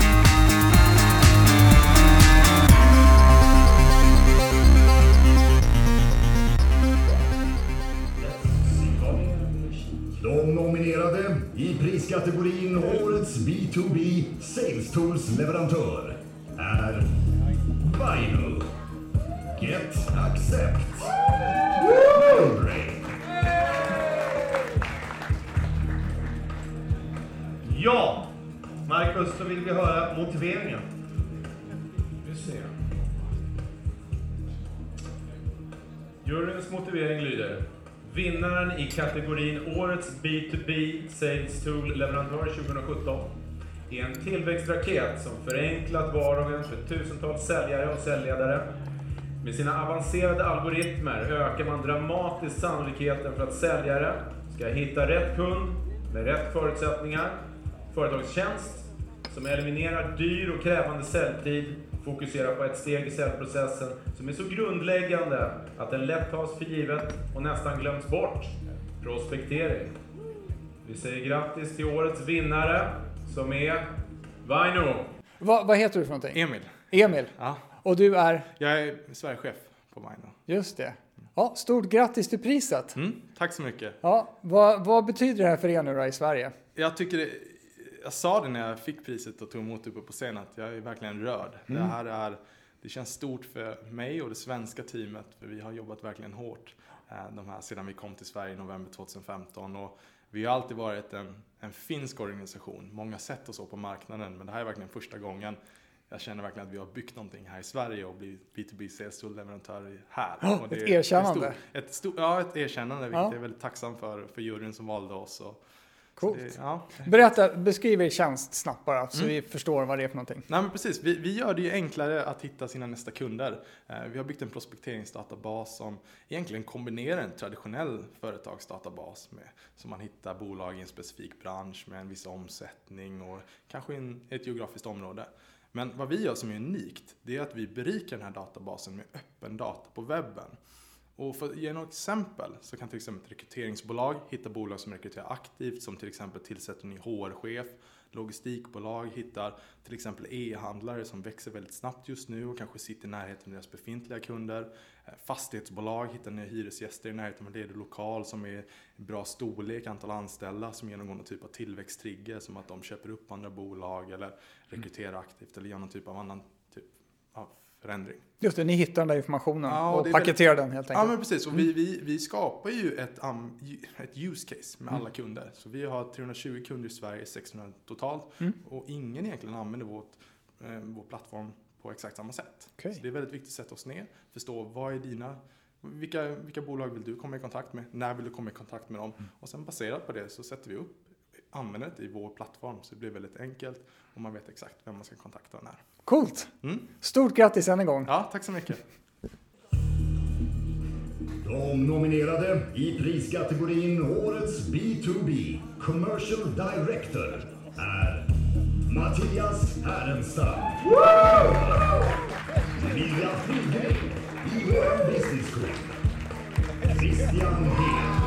De nominerade i priskategorin Årets B2B Sales Tools leverantör är Vainu, Get Accept, Break. Ja, Marcus, så vill vi höra motiveringen. Vi ser. Juryns motivering lyder: vinnaren i kategorin Årets B2B Sales Tool leverantör 2017 är en tillväxtraket som förenklat vardagen för tusentals säljare och säljledare. Med sina avancerade algoritmer ökar man dramatiskt sannolikheten för att säljare ska hitta rätt kund med rätt förutsättningar, företagstjänst som eliminerar dyr och krävande säljtid, fokuserar på ett steg i säljprocessen som är så grundläggande att den lätt tas för givet och nästan glöms bort. Prospektering. Vi säger grattis till årets vinnare som är Vainu. Vad heter du för någonting? Emil. Ja. Och du är? Jag är Sverigechef på Vainu. Just det. Ja, stort grattis till priset. Tack så mycket. Ja, vad betyder det här för er nu då i Sverige? Jag sa det när jag fick priset och tog emot uppe på scenen att jag är verkligen rörd. Det känns stort för mig och det svenska teamet, för vi har jobbat verkligen hårt sedan vi kom till Sverige i november 2015. Och vi har alltid varit en finsk organisation. Många sett oss på marknaden, men det här är verkligen första gången jag känner verkligen att vi har byggt någonting här i Sverige och blivit B2B Sales Tool leverantör här. Och ett erkännande. Ett erkännande, vilket jag är väldigt tacksam för juryn som valde oss. Coolt. Berätta, beskriv er tjänst snabbt bara så vi förstår vad det är för någonting. Nej, men precis, vi gör det ju enklare att hitta sina nästa kunder. Vi har byggt en prospekteringsdatabas som egentligen kombinerar en traditionell företagsdatabas med, så man hittar bolag i en specifik bransch med en viss omsättning och kanske i ett geografiskt område. Men vad vi gör som är unikt, det är att vi berikar den här databasen med öppen data på webben. Och för att ge något exempel så kan till exempel ett rekryteringsbolag hitta bolag som rekryterar aktivt, som till exempel tillsätter en HR-chef. Logistikbolag hittar till exempel e-handlare som växer väldigt snabbt just nu och kanske sitter i närheten av deras befintliga kunder. Fastighetsbolag hittar nya hyresgäster i närheten av ledig lokal som är bra storlek, antal anställda, som genomgår någon typ av tillväxttrigger, som att de köper upp andra bolag eller rekryterar aktivt eller gör någon typ av annan typ av förändring. Just det, ni hittar den där informationen och paketerar den helt enkelt. Ja, men precis. Och vi skapar ju ett use case med alla kunder. Så vi har 320 kunder i Sverige, 600 totalt. Och ingen egentligen använder vår plattform på exakt samma sätt. Okay. Så det är väldigt viktigt att sätta oss ner, förstå vad är vilka bolag vill du komma i kontakt med, när vill du komma i kontakt med dem. Och sen baserat på det så sätter vi upp användandet i vår plattform, så det blir väldigt enkelt och man vet exakt vem man ska kontakta och när. Coolt! Stort grattis än en gång! Ja, tack så mycket! De nominerade i priskategorin Årets B2B Commercial Director är Mattias Härenstam, Emilia Fridgling i vår Business School, Christian Hed.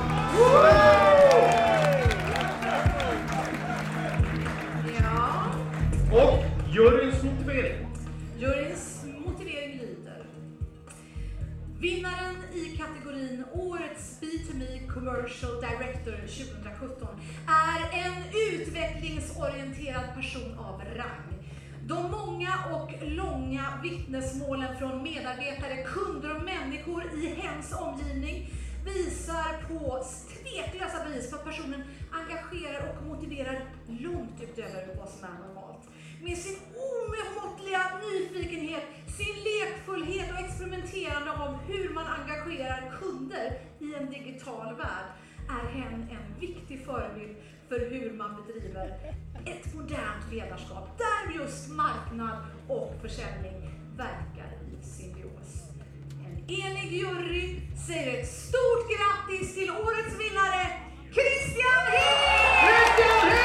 Och juryns motivering. Juryns motivering lyder: vinnaren i kategorin Årets B2B Commercial Director 2017 är en utvecklingsorienterad person av rang. De många och långa vittnesmålen från medarbetare, kunder och människor i hens omgivning visar på tveklösa bevis för att personen engagerar och motiverar långt utöver vad som är normalt. Med sin omåttliga nyfikenhet, sin lekfullhet och experimenterande om hur man engagerar kunder i en digital värld är hen en viktig förebild för hur man bedriver ett modernt ledarskap där just marknad och försäljning verkar i symbios. En enig jury säger ett stort grattis till årets vinnare, Christian Hed!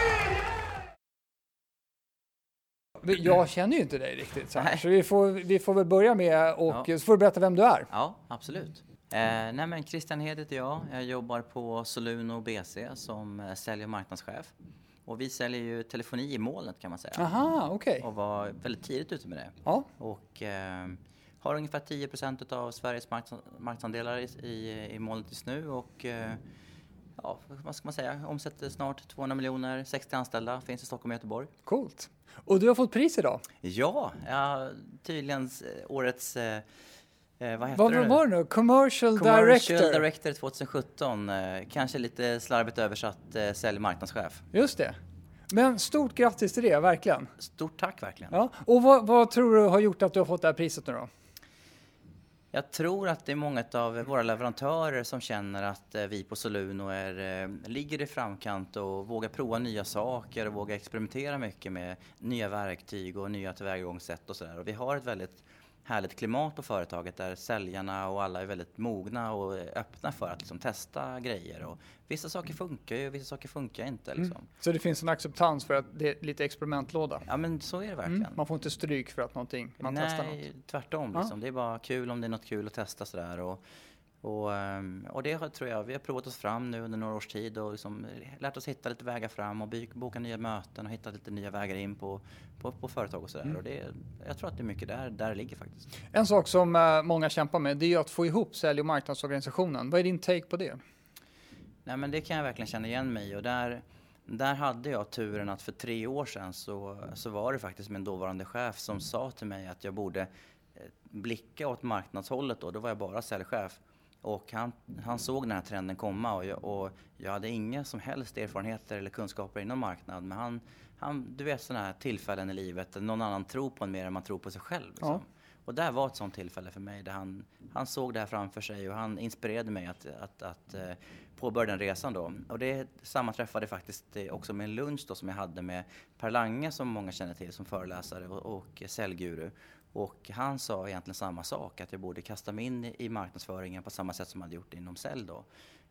Jag känner ju inte dig riktigt, så vi får väl börja med och så får du berätta vem du är. Ja, absolut. Nej men Christian Hed heter jag. Jag jobbar på Soluno BC som sälj- och marknadschef. Och vi säljer ju telefoni i molnet kan man säga. Aha, okej. Och var väldigt tidigt ute med det. Ja. Och har ungefär 10% av Sveriges marknadsandelar i molnet just nu. Och ja, vad ska man säga? Omsätter snart 200 miljoner, 60 anställda, finns i Stockholm och Göteborg. Coolt. Och du har fått pris idag? Ja, tydligen årets... Vad var det nu? Commercial Director 2017. Kanske lite slarvigt översatt sälj- marknadschef. Just det. Men stort grattis till det, verkligen. Stort tack, verkligen. Ja. Och vad tror du har gjort att du har fått det här priset nu då? Jag tror att det är många av våra leverantörer som känner att vi på Soluno ligger i framkant och vågar prova nya saker och vågar experimentera mycket med nya verktyg och nya tillvägagångssätt och sådär. Och vi har ett väldigt härligt klimat på företaget där säljarna och alla är väldigt mogna och öppna för att liksom testa grejer. Och vissa saker funkar ju, vissa saker funkar inte. Liksom. Så det finns en acceptans för att det är lite experimentlåda? Ja, men så är det verkligen. Man får inte stryk för att man testar något? Nej, tvärtom. Liksom. Det är bara kul om det är något kul att testa sådär. Och det tror jag, vi har provat oss fram nu under några års tid och liksom lärt oss hitta lite vägar fram och boka nya möten och hitta lite nya vägar in på företag och sådär. Och jag tror att det är mycket där det ligger faktiskt. En sak som många kämpar med, det är ju att få ihop sälj- och marknadsorganisationen. Vad är din take på det? Nej, men det kan jag verkligen känna igen mig i. Och där hade jag turen att för 3 år sedan så var det faktiskt min dåvarande chef som sa till mig att jag borde blicka åt marknadshållet då var jag bara säljchef. Och han såg den här trenden komma och jag hade inga som helst erfarenheter eller kunskaper inom marknad. Men du vet sådana här tillfällen i livet där någon annan tror på en mer än man tror på sig själv. Liksom. Ja. Och där var ett sånt tillfälle för mig där han såg det här framför sig och han inspirerade mig att påbörja den resan då. Och det sammanträffade faktiskt också med en lunch då som jag hade med Per Lange som många känner till som föreläsare och säljguru. Och han sa egentligen samma sak, att jag borde kasta mig in i marknadsföringen på samma sätt som jag hade gjort inom sälj då.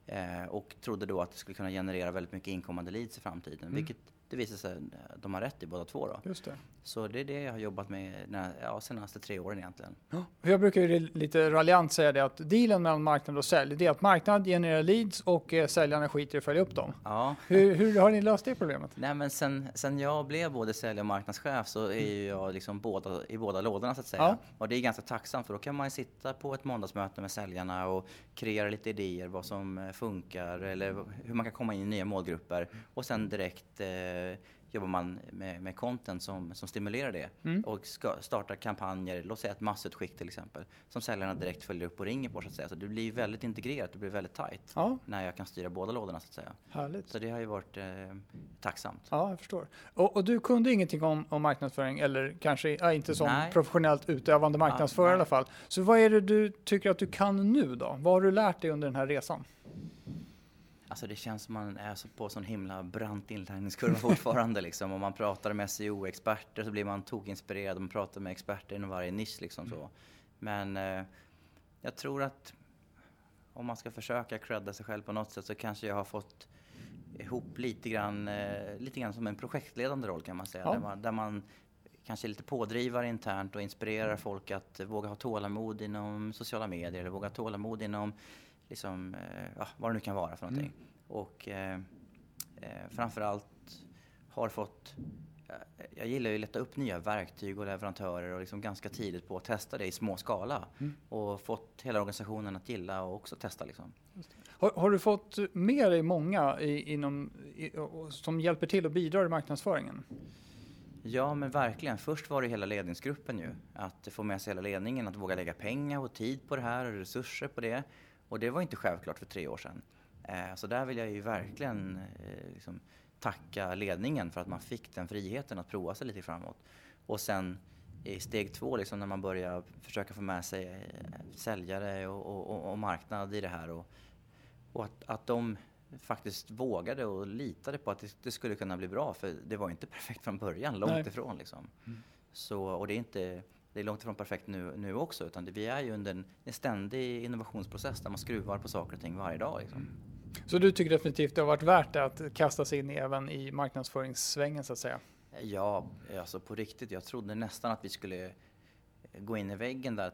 Och trodde då att det skulle kunna generera väldigt mycket inkommande leads i framtiden, vilket det visar sig att de har rätt i båda två då. Just det. Så det är det jag har jobbat med senaste 3 åren egentligen. Ja. Jag brukar ju lite raljant säga det att dealen mellan marknad och sälj, det är att marknad genererar leads och säljarna skiter i att följa upp dem. Ja. Hur har ni löst det problemet? Nej, men sen jag blev både sälj- och marknadschef så är ju jag liksom i båda lådorna så att säga. Ja. Och det är ganska tacksamt för då kan man ju sitta på ett måndagsmöte med säljarna och kreera lite idéer vad som funkar eller hur man kan komma in i nya målgrupper och sen direkt jobbar man med content som stimulerar det och startar kampanjer, låt säga ett massutskick till exempel, som säljarna direkt följer upp och ringer på så att säga. Så det blir väldigt integrerat, det blir väldigt tajt när jag kan styra båda lådorna så att säga. Härligt. Så det har ju varit tacksamt. Ja, jag förstår. Och du kunde ingenting om marknadsföring eller kanske inte som professionellt utövande marknadsförare i alla fall. Så vad är det du tycker att du kan nu då? Vad har du lärt dig under den här resan? Alltså det känns som man är på sån himla brant inlärningskurva fortfarande liksom. Om man pratar med SEO-experter så blir man tokinspirerad. Om man pratar med experter inom varje nisch liksom så. Men jag tror att om man ska försöka credda sig själv på något sätt så kanske jag har fått ihop lite grann som en projektledande roll kan man säga. Ja. Där man kanske är lite pådrivare internt och inspirerar folk att våga ha tålamod inom sociala medier eller våga ha tålamod inom liksom, vad det nu kan vara för någonting. Och framförallt har fått, jag gillar ju att leta upp nya verktyg och leverantörer och liksom ganska tidigt på att testa det i små skala. Och fått hela organisationen att gilla och också testa liksom. Har du fått med dig många som hjälper till och bidrar i marknadsföringen? Ja, men verkligen. Först var det hela ledningsgruppen ju. Att få med sig hela ledningen, att våga lägga pengar och tid på det här och resurser på det. Och det var inte självklart för 3 år sedan. Så där vill jag ju verkligen liksom tacka ledningen för att man fick den friheten att prova sig lite framåt. Och sen i steg 2, liksom, när man börjar försöka få med sig säljare och marknad i det här. Och att de faktiskt vågade och litade på att det skulle kunna bli bra. För det var inte perfekt från början, långt ifrån. Liksom. Så, och det är långt ifrån perfekt nu också. Utan vi är ju under en ständig innovationsprocess där man skruvar på saker och ting varje dag. Liksom. Så du tycker definitivt det har varit värt det att kasta sig in även i marknadsföringssvängen så att säga? Ja, alltså på riktigt. Jag trodde nästan att vi skulle gå in i väggen där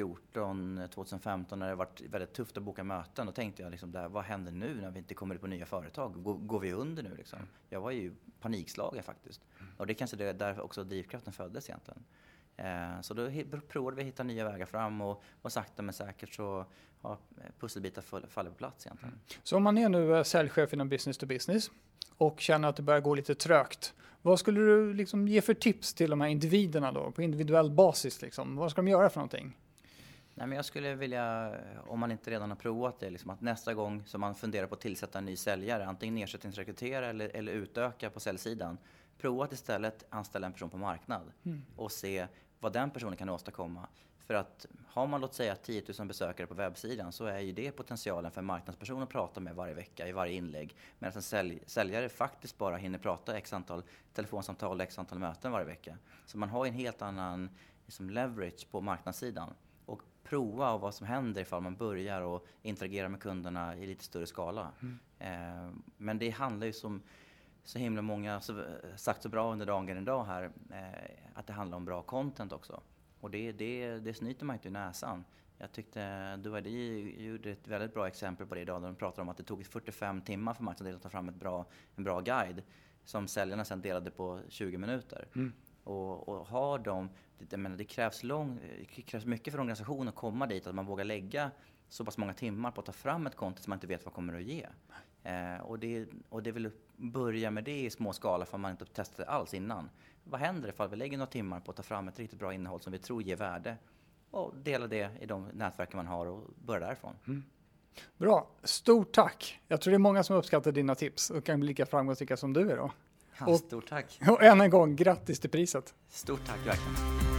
2014, 2015 när det varit väldigt tufft att boka möten. Då tänkte jag liksom vad händer nu när vi inte kommer på nya företag? Går vi under nu liksom? Jag var ju panikslagen faktiskt. Och det kanske är där också drivkraften föddes egentligen. Så då provade vi att hitta nya vägar fram och sakta men säkert så har pusselbitar faller på plats egentligen. Så om man är nu säljchef inom business to business och känner att det börjar gå lite trögt, vad skulle du liksom ge för tips till de här individerna då, på individuell basis? Liksom? Vad ska de göra för någonting? Nej, men jag skulle vilja, om man inte redan har provat det, liksom att nästa gång som man funderar på att tillsätta en ny säljare, antingen ersättningsrekrytera eller utöka på säljsidan, prova att istället anställa en person på marknad och se vad den personen kan åstadkomma. För att har man låt säga 10 000 besökare på webbsidan så är ju det potentialen för en marknadsperson att prata med varje vecka i varje inlägg. Medan en säljare faktiskt bara hinner prata x antal telefonsamtal, x antal möten varje vecka. Så man har en helt annan liksom, leverage på marknadssidan. Och prova vad som händer ifall man börjar och interagera med kunderna i lite större skala. Men det handlar ju som så himla många sagt så bra under dagen idag här att det handlar om bra content också. Och det snyter man inte i näsan. Jag tyckte du gjorde ett väldigt bra exempel på det idag. Där de pratar om att det tog 45 timmar för marknaden att ta fram en bra guide som säljarna sedan delade på 20 minuter. Och har de, det krävs mycket för organisationen att komma dit att man vågar lägga så pass många timmar på att ta fram ett content som man inte vet vad kommer att ge. Och det vill börja med det i små skala för man inte har testat det alls innan. Vad händer ifall vi lägger några timmar på att ta fram ett riktigt bra innehåll som vi tror ger värde och dela det i de nätverken man har och börja därifrån. Bra, stort tack. Jag tror det är många som uppskattar dina tips och kan bli lika framgångsrika som du är då. Ja, stort tack. Och än en gång, grattis till priset. Stort tack verkligen.